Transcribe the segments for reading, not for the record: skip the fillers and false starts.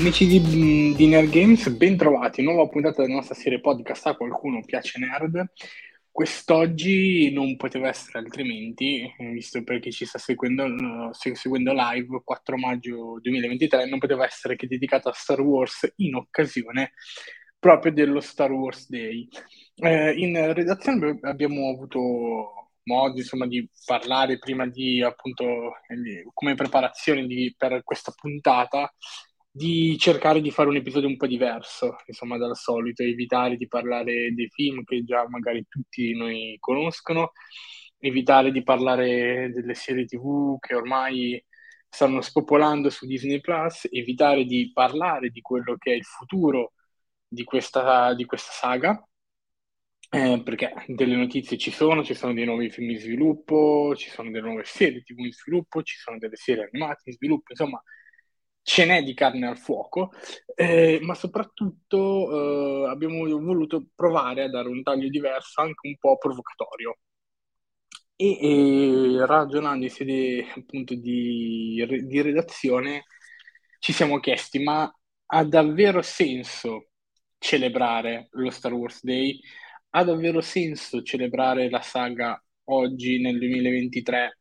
Amici di Nerd Games, ben trovati, nuova puntata della nostra serie podcast A Qualcuno Piace Nerd. Quest'oggi non poteva essere altrimenti, visto perché ci sta seguendo live 4 maggio 2023, non poteva essere che dedicata a Star Wars in occasione proprio dello Star Wars Day. In redazione abbiamo avuto modo, insomma, di parlare prima di, appunto, come preparazione per questa puntata, di cercare di fare un episodio un po' diverso, insomma, dal solito, evitare di parlare dei film che già magari tutti noi conoscono, evitare di parlare delle serie TV che ormai stanno spopolando su Disney Plus, evitare di parlare di quello che è il futuro di questa saga, perché delle notizie ci sono dei nuovi film in sviluppo, ci sono delle nuove serie TV in sviluppo, ci sono delle serie animate in sviluppo, insomma, ce n'è di carne al fuoco, ma soprattutto abbiamo voluto provare a dare un taglio diverso, anche un po' provocatorio. Ragionando in sede appunto di redazione, ci siamo chiesti: ma ha davvero senso celebrare lo Star Wars Day? Ha davvero senso celebrare la saga oggi nel 2023?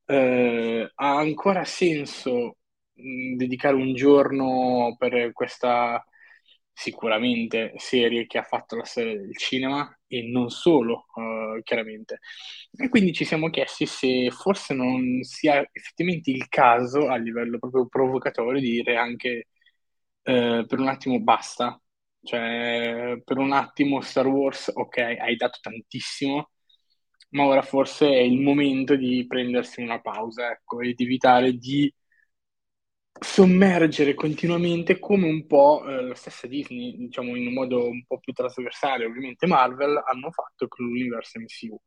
Ha ancora senso dedicare un giorno per questa sicuramente serie che ha fatto la storia del cinema e non solo, chiaramente. E quindi ci siamo chiesti se forse non sia effettivamente il caso, a livello proprio provocatorio, di dire anche per un attimo basta. Cioè, per un attimo Star Wars, ok, hai dato tantissimo, ma ora forse è il momento di prendersi una pausa, ecco, e di evitare di sommergere continuamente, come un po' la stessa Disney, diciamo in un modo un po' più trasversale, ovviamente Marvel, hanno fatto con l'universo MCU.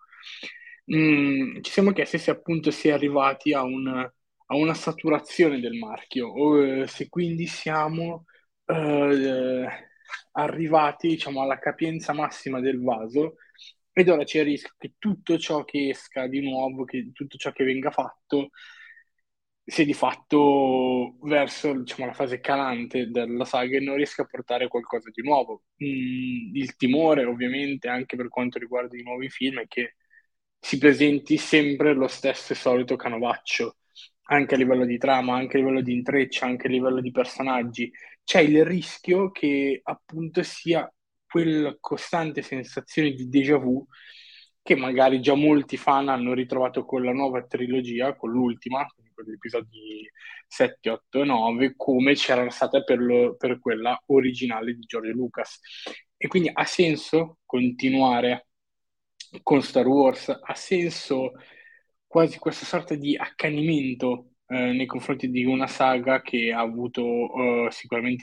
Ci siamo chiesti se appunto si è arrivati a una saturazione del marchio, o se quindi siamo eh, arrivati, diciamo, alla capienza massima del vaso, ed ora c'è il rischio che tutto ciò che esca di nuovo, che tutto ciò che venga fatto, sia di fatto verso, diciamo, la fase calante della saga e non riesca a portare qualcosa di nuovo. Il timore, ovviamente, anche per quanto riguarda i nuovi film, è che si presenti sempre lo stesso e solito canovaccio, anche a livello di trama, anche a livello di intreccio, anche a livello di personaggi. C'è il rischio che appunto sia quella costante sensazione di déjà vu che magari già molti fan hanno ritrovato con la nuova trilogia, con l'ultima, quindi con gli episodi 7, 8 e 9, come c'era stata per quella originale di George Lucas. E quindi ha senso continuare con Star Wars? Ha senso quasi questa sorta di accanimento nei confronti di una saga che ha avuto sicuramente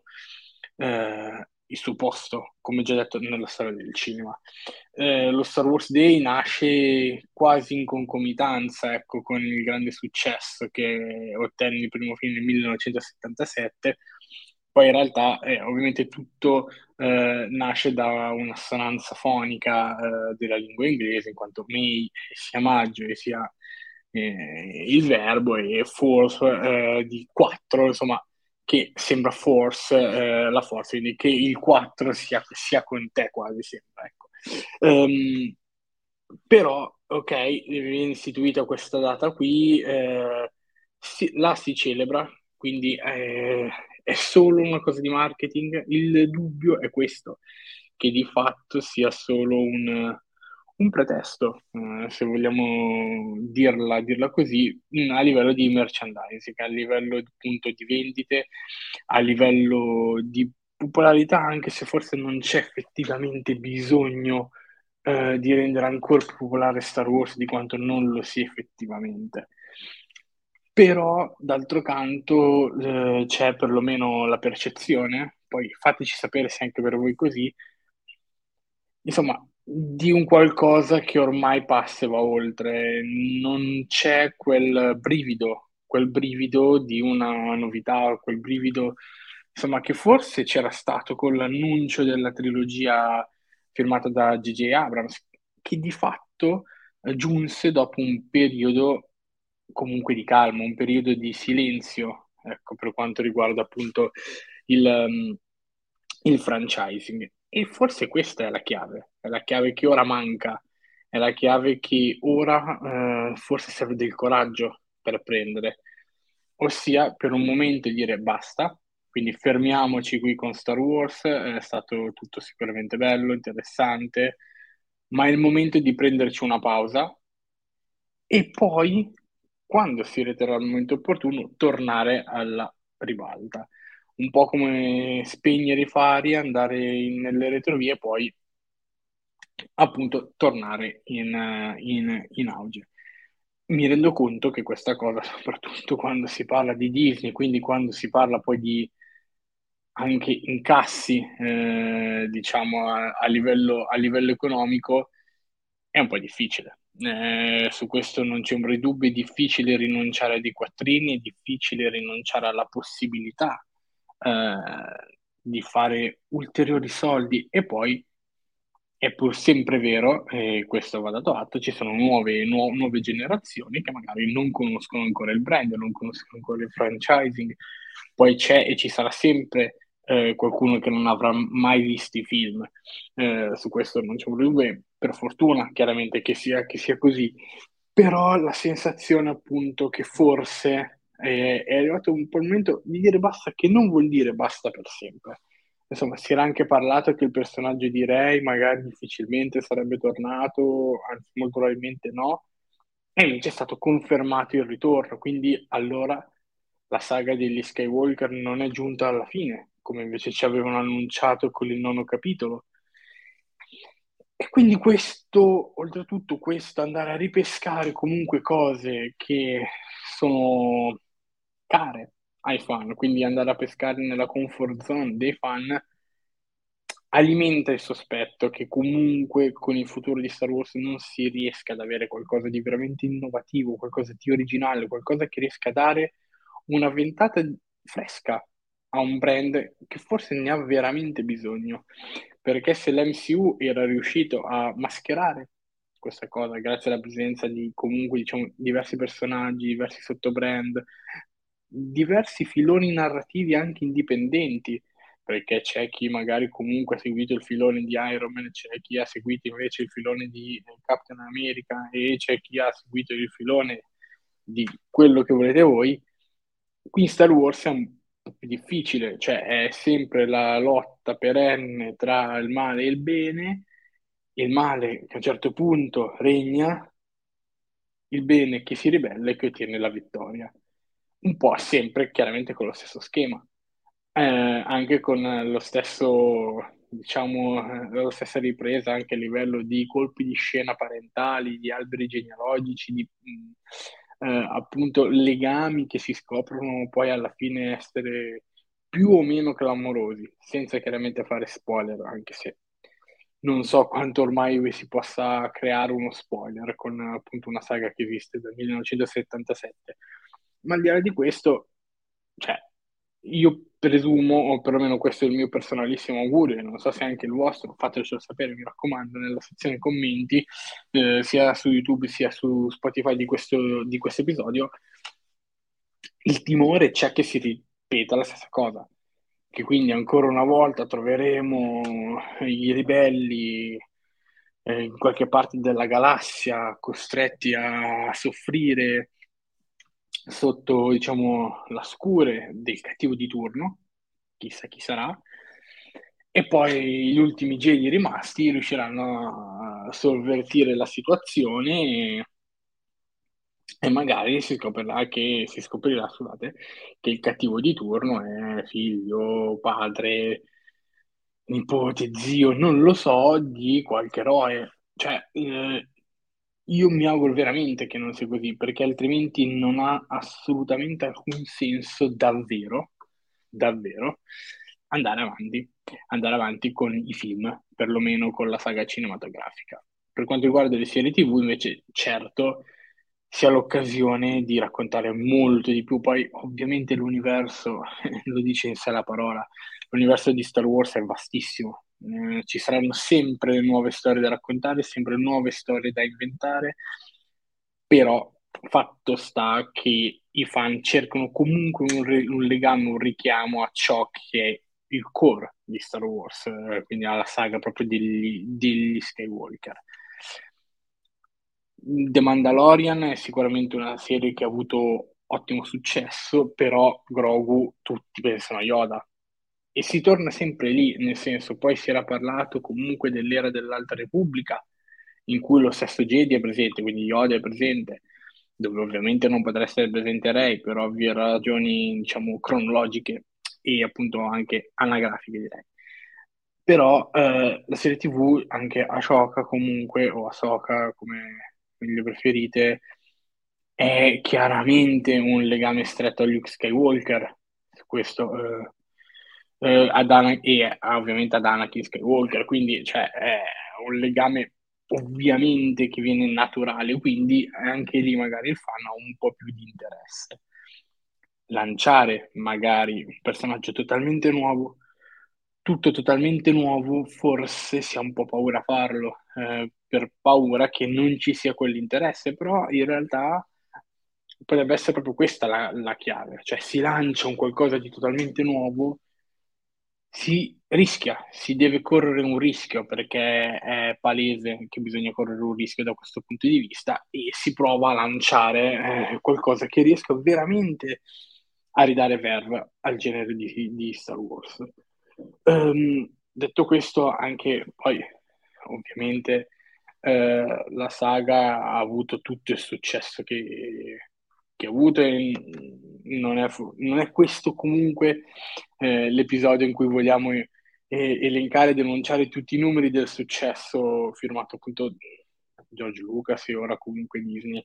il suo posto, come già detto, nella storia del cinema. Lo Star Wars Day nasce quasi in concomitanza, ecco, con il grande successo che ottenne il primo film nel 1977. Poi in realtà, ovviamente tutto nasce da un'assonanza fonica della lingua inglese, in quanto May sia maggio e sia il verbo, e force di 4, insomma, che sembra force, la forza, quindi che il 4 sia con te quasi sembra, ecco. Ehm, Però, ok, viene istituita questa data qui, la si celebra, quindi è solo una cosa di marketing. Il dubbio è questo, che di fatto sia solo un pretesto, se vogliamo dirla così, a livello di merchandising, a livello appunto di vendite, a livello di popolarità, anche se forse non c'è effettivamente bisogno di rendere ancora più popolare Star Wars di quanto non lo sia effettivamente. Però, d'altro canto, c'è perlomeno la percezione, poi fateci sapere se anche per voi è così, insomma, di un qualcosa che ormai passa e va oltre. Non c'è quel brivido di una novità, quel brivido, insomma, che forse c'era stato con l'annuncio della trilogia firmata da J.J. Abrams, che di fatto giunse dopo un periodo comunque di calma, un periodo di silenzio, ecco, per quanto riguarda appunto il franchising. E forse questa è la chiave che ora manca, è la chiave che ora forse serve del coraggio per prendere, ossia per un momento dire basta, quindi fermiamoci qui con Star Wars, è stato tutto sicuramente bello, interessante, ma è il momento di prenderci una pausa e poi, quando si riterrà il momento opportuno, tornare alla ribalta. Un po' come spegnere i fari, nelle retrovie e poi appunto tornare in auge. Mi rendo conto che questa cosa, soprattutto quando si parla di Disney, quindi quando si parla poi di anche incassi, diciamo, a livello economico, è un po' difficile. Su questo non c'è ombra di dubbio, è difficile rinunciare a dei quattrini, è difficile rinunciare alla possibilità di fare ulteriori soldi e poi è pur sempre vero, e questo va dato atto, ci sono nuove generazioni che magari non conoscono ancora il brand, non conoscono ancora il franchising, poi c'è e ci sarà sempre qualcuno che non avrà mai visto i film. Su questo non c'è un dubbio, per fortuna chiaramente che sia così, però la sensazione appunto che forse è arrivato un po' il momento di dire basta, che non vuol dire basta per sempre. Insomma, si era anche parlato che il personaggio di Rey magari difficilmente sarebbe tornato, anzi molto probabilmente no, e invece è stato confermato il ritorno, quindi allora la saga degli Skywalker non è giunta alla fine, come invece ci avevano annunciato con il nono capitolo. E quindi questo, oltretutto, questo andare a ripescare comunque cose che sono care ai fan, quindi andare a pescare nella comfort zone dei fan, alimenta il sospetto che comunque con il futuro di Star Wars non si riesca ad avere qualcosa di veramente innovativo, qualcosa di originale, qualcosa che riesca a dare una ventata fresca a un brand che forse ne ha veramente bisogno. Perché se l'MCU era riuscito a mascherare questa cosa grazie alla presenza di comunque diciamo diversi personaggi, diversi sottobrand, diversi filoni narrativi anche indipendenti, perché c'è chi magari comunque ha seguito il filone di Iron Man, c'è chi ha seguito invece il filone di Captain America e c'è chi ha seguito il filone di quello che volete voi. Qui in Star Wars è un po' più difficile, cioè è sempre la lotta perenne tra il male e il bene, il male che a un certo punto regna, il bene che si ribella e che ottiene la vittoria. Un po' sempre, chiaramente, con lo stesso schema. Anche con lo stesso, diciamo, la stessa ripresa anche a livello di colpi di scena parentali, di alberi genealogici, di appunto legami che si scoprono poi alla fine essere più o meno clamorosi, senza chiaramente fare spoiler, anche se non so quanto ormai si possa creare uno spoiler con appunto una saga che esiste dal 1977. Ma al di là di questo, cioè, io presumo, o perlomeno questo è il mio personalissimo augurio, e non so se è anche il vostro, fatecelo sapere, mi raccomando, nella sezione commenti, sia su YouTube sia su Spotify di questo episodio, il timore c'è che si ripeta la stessa cosa, che quindi ancora una volta troveremo i ribelli in qualche parte della galassia costretti a soffrire sotto, diciamo, la scure del cattivo di turno, chissà chi sarà, e poi gli ultimi geni rimasti riusciranno a sovvertire la situazione e magari si scoprirà, scusate, che il cattivo di turno è figlio, padre, nipote, zio, non lo so, di qualche eroe. Cioè, io mi auguro veramente che non sia così, perché altrimenti non ha assolutamente alcun senso davvero, davvero, andare avanti con i film, perlomeno con la saga cinematografica. Per quanto riguarda le serie TV, invece, certo, si ha l'occasione di raccontare molto di più. Poi, ovviamente, l'universo, lo dice in sé la parola, l'universo di Star Wars è vastissimo. Ci saranno sempre nuove storie da raccontare, sempre nuove storie da inventare, però fatto sta che i fan cercano comunque un legame, un richiamo a ciò che è il core di Star Wars, quindi alla saga proprio degli Skywalker. The Mandalorian è sicuramente una serie che ha avuto ottimo successo, però Grogu tutti pensano a Yoda. E si torna sempre lì, nel senso, poi si era parlato comunque dell'era dell'Alta Repubblica, in cui lo stesso Jedi è presente, quindi Yoda è presente, dove ovviamente non potrà essere presente Rey per ovvie ragioni, diciamo, cronologiche e appunto anche anagrafiche, direi. Però la serie TV, anche Ashoka comunque, o Ahsoka come le preferite, è chiaramente un legame stretto a Luke Skywalker, su questo, e ovviamente ad Anakin Skywalker, quindi cioè, è un legame ovviamente che viene naturale, quindi anche lì magari il fan ha un po' più di interesse. Lanciare magari un personaggio totalmente nuovo, tutto totalmente nuovo, forse si ha un po' paura a farlo, per paura che non ci sia quell'interesse, però in realtà potrebbe essere proprio questa la chiave, cioè si lancia un qualcosa di totalmente nuovo, si rischia, si deve correre un rischio perché è palese che bisogna correre un rischio da questo punto di vista e si prova a lanciare qualcosa che riesca veramente a ridare verve al genere di Star Wars. Detto questo, anche poi ovviamente la saga ha avuto tutto il successo che ha avuto e non è questo comunque l'episodio in cui vogliamo elencare e denunciare tutti i numeri del successo firmato appunto George Lucas e ora comunque Disney.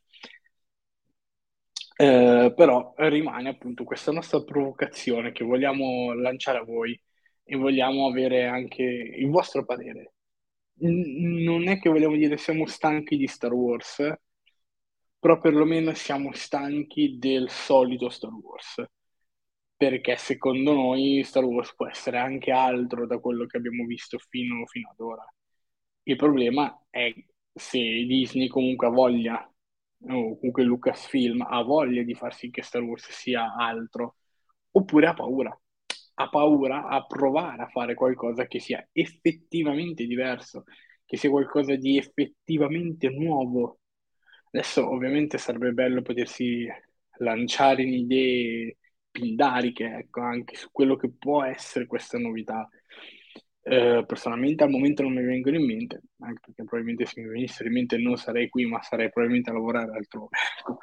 Però rimane appunto questa nostra provocazione che vogliamo lanciare a voi e vogliamo avere anche il vostro parere. Non è che vogliamo dire siamo stanchi di Star Wars, però perlomeno siamo stanchi del solito Star Wars, perché secondo noi Star Wars può essere anche altro da quello che abbiamo visto fino ad ora. Il problema è se Disney comunque ha voglia, o comunque Lucasfilm ha voglia di far sì che Star Wars sia altro, oppure ha paura. Ha paura a provare a fare qualcosa che sia effettivamente diverso, che sia qualcosa di effettivamente nuovo. Adesso ovviamente sarebbe bello potersi lanciare in idee pindariche, ecco, anche su quello che può essere questa novità. Personalmente al momento non mi vengono in mente, anche perché probabilmente se mi venissero in mente non sarei qui, ma sarei probabilmente a lavorare altrove. Ecco.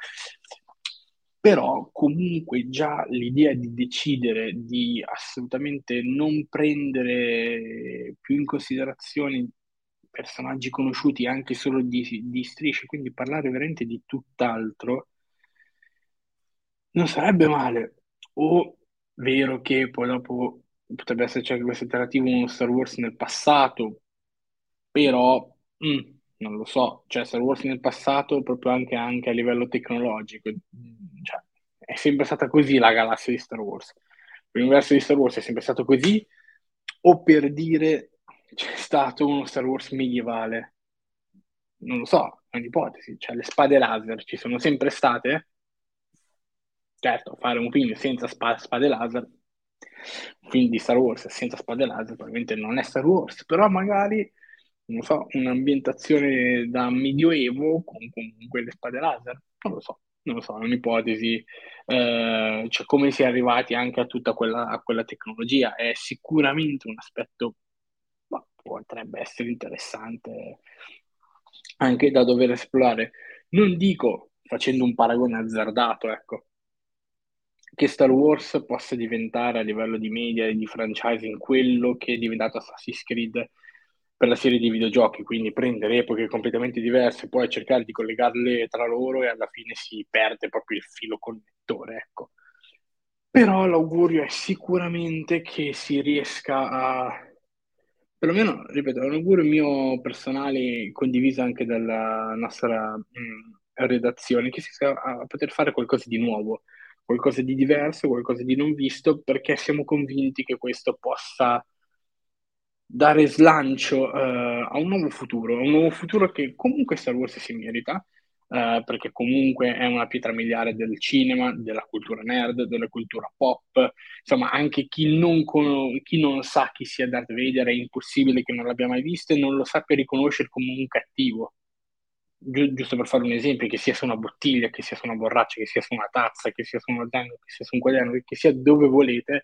Però comunque già l'idea di decidere di assolutamente non prendere più in considerazione personaggi conosciuti anche solo di strisce, quindi parlare veramente di tutt'altro, non sarebbe male. O vero che poi dopo potrebbe esserci anche questo tentativo uno Star Wars nel passato, però non lo so, cioè Star Wars nel passato proprio anche a livello tecnologico, cioè, è sempre stata così la galassia di Star Wars. L'universo di Star Wars è sempre stato così, o per dire c'è stato uno Star Wars medievale. Non lo so, è un'ipotesi, cioè le spade laser ci sono sempre state? Certo, fare un film senza spade laser, un film di Star Wars senza spade laser, probabilmente non è Star Wars, però magari, non so, un'ambientazione da medioevo con comunque le spade laser, non lo so, è un'ipotesi. Cioè come si è arrivati anche a tutta a quella tecnologia, è sicuramente un aspetto, ma potrebbe essere interessante anche da dover esplorare. Non dico facendo un paragone azzardato, ecco, che Star Wars possa diventare a livello di media e di franchising quello che è diventato Assassin's Creed per la serie di videogiochi, quindi prendere epoche completamente diverse, poi cercare di collegarle tra loro e alla fine si perde proprio il filo connettore, ecco. Però l'augurio è sicuramente che si riesca a, perlomeno, ripeto, è un augurio mio personale, condiviso anche dalla nostra redazione, che si riesca a poter fare qualcosa di nuovo, qualcosa di diverso, qualcosa di non visto, perché siamo convinti che questo possa dare slancio a un nuovo futuro che comunque Star Wars si merita, perché comunque è una pietra miliare del cinema, della cultura nerd, della cultura pop. Insomma, anche chi non sa chi sia Darth Vader è impossibile che non l'abbia mai visto e non lo sappia riconoscere come un cattivo. Giusto per fare un esempio, che sia su una bottiglia, che sia su una borraccia, che sia su una tazza, che sia su uno zaino, che sia su un quaderno, che sia dove volete,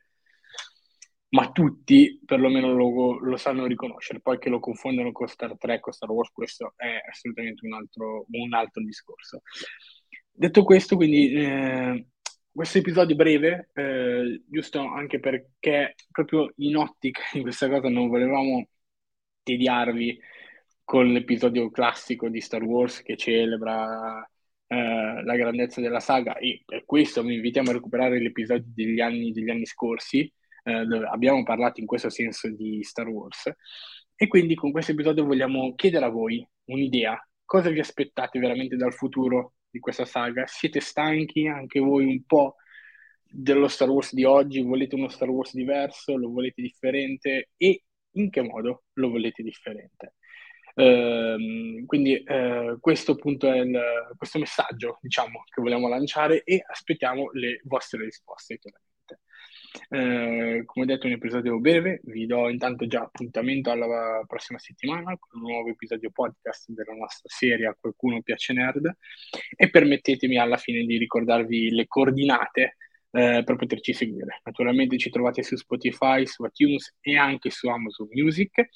ma tutti perlomeno lo sanno riconoscere. Poi che lo confondono con Star Trek o Star Wars, questo è assolutamente un altro discorso. Detto questo, quindi questo episodio breve, giusto anche perché proprio in ottica in questa cosa non volevamo tediarvi con l'episodio classico di Star Wars che celebra la grandezza della saga, e per questo vi invitiamo a recuperare gli episodi degli anni scorsi, dove abbiamo parlato in questo senso di Star Wars. E quindi con questo episodio vogliamo chiedere a voi un'idea. Cosa vi aspettate veramente dal futuro di questa saga? Siete stanchi anche voi un po' dello Star Wars di oggi? Volete uno Star Wars diverso? Lo volete differente? E in che modo lo volete differente? Quindi questo appunto è questo messaggio, diciamo, che vogliamo lanciare, e aspettiamo le vostre risposte, chiaramente. Come detto, un episodio breve, vi do intanto già appuntamento alla prossima settimana con un nuovo episodio podcast della nostra serie A Qualcuno Piace Nerd, e permettetemi alla fine di ricordarvi le coordinate per poterci seguire. Naturalmente ci trovate su Spotify, su iTunes e anche su Amazon Music.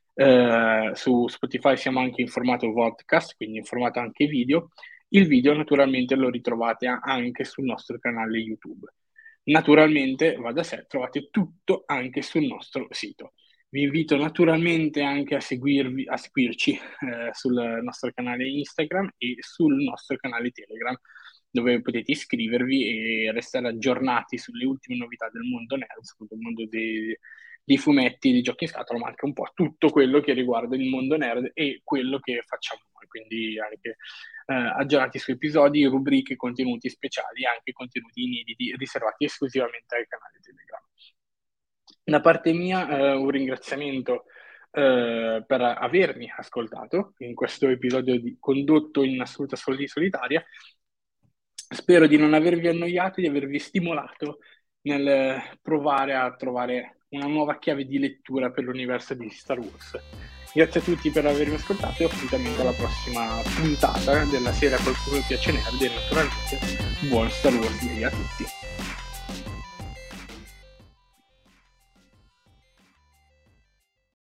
Su Spotify siamo anche in formato podcast, quindi in formato anche video. Il video naturalmente lo ritrovate anche sul nostro canale YouTube. Naturalmente, va da sé, trovate tutto anche sul nostro sito. Vi invito naturalmente anche a seguirci sul nostro canale Instagram e sul nostro canale Telegram, dove potete iscrivervi e restare aggiornati sulle ultime novità del mondo nerd, sul mondo dei fumetti, dei giochi in scatola, ma anche un po' tutto quello che riguarda il mondo nerd e quello che facciamo noi. Quindi anche aggiornati su episodi, rubriche, contenuti speciali e anche contenuti inediti riservati esclusivamente al canale Telegram. Da parte mia, un ringraziamento per avermi ascoltato in questo episodio condotto in assoluta solitaria. Spero di non avervi annoiato, di avervi stimolato nel provare a trovare una nuova chiave di lettura per l'universo di Star Wars. Grazie a tutti per avermi ascoltato e appuntamento alla prossima puntata della serie A Qualcuno Piace Nerd, e naturalmente buon Star Wars Day a tutti.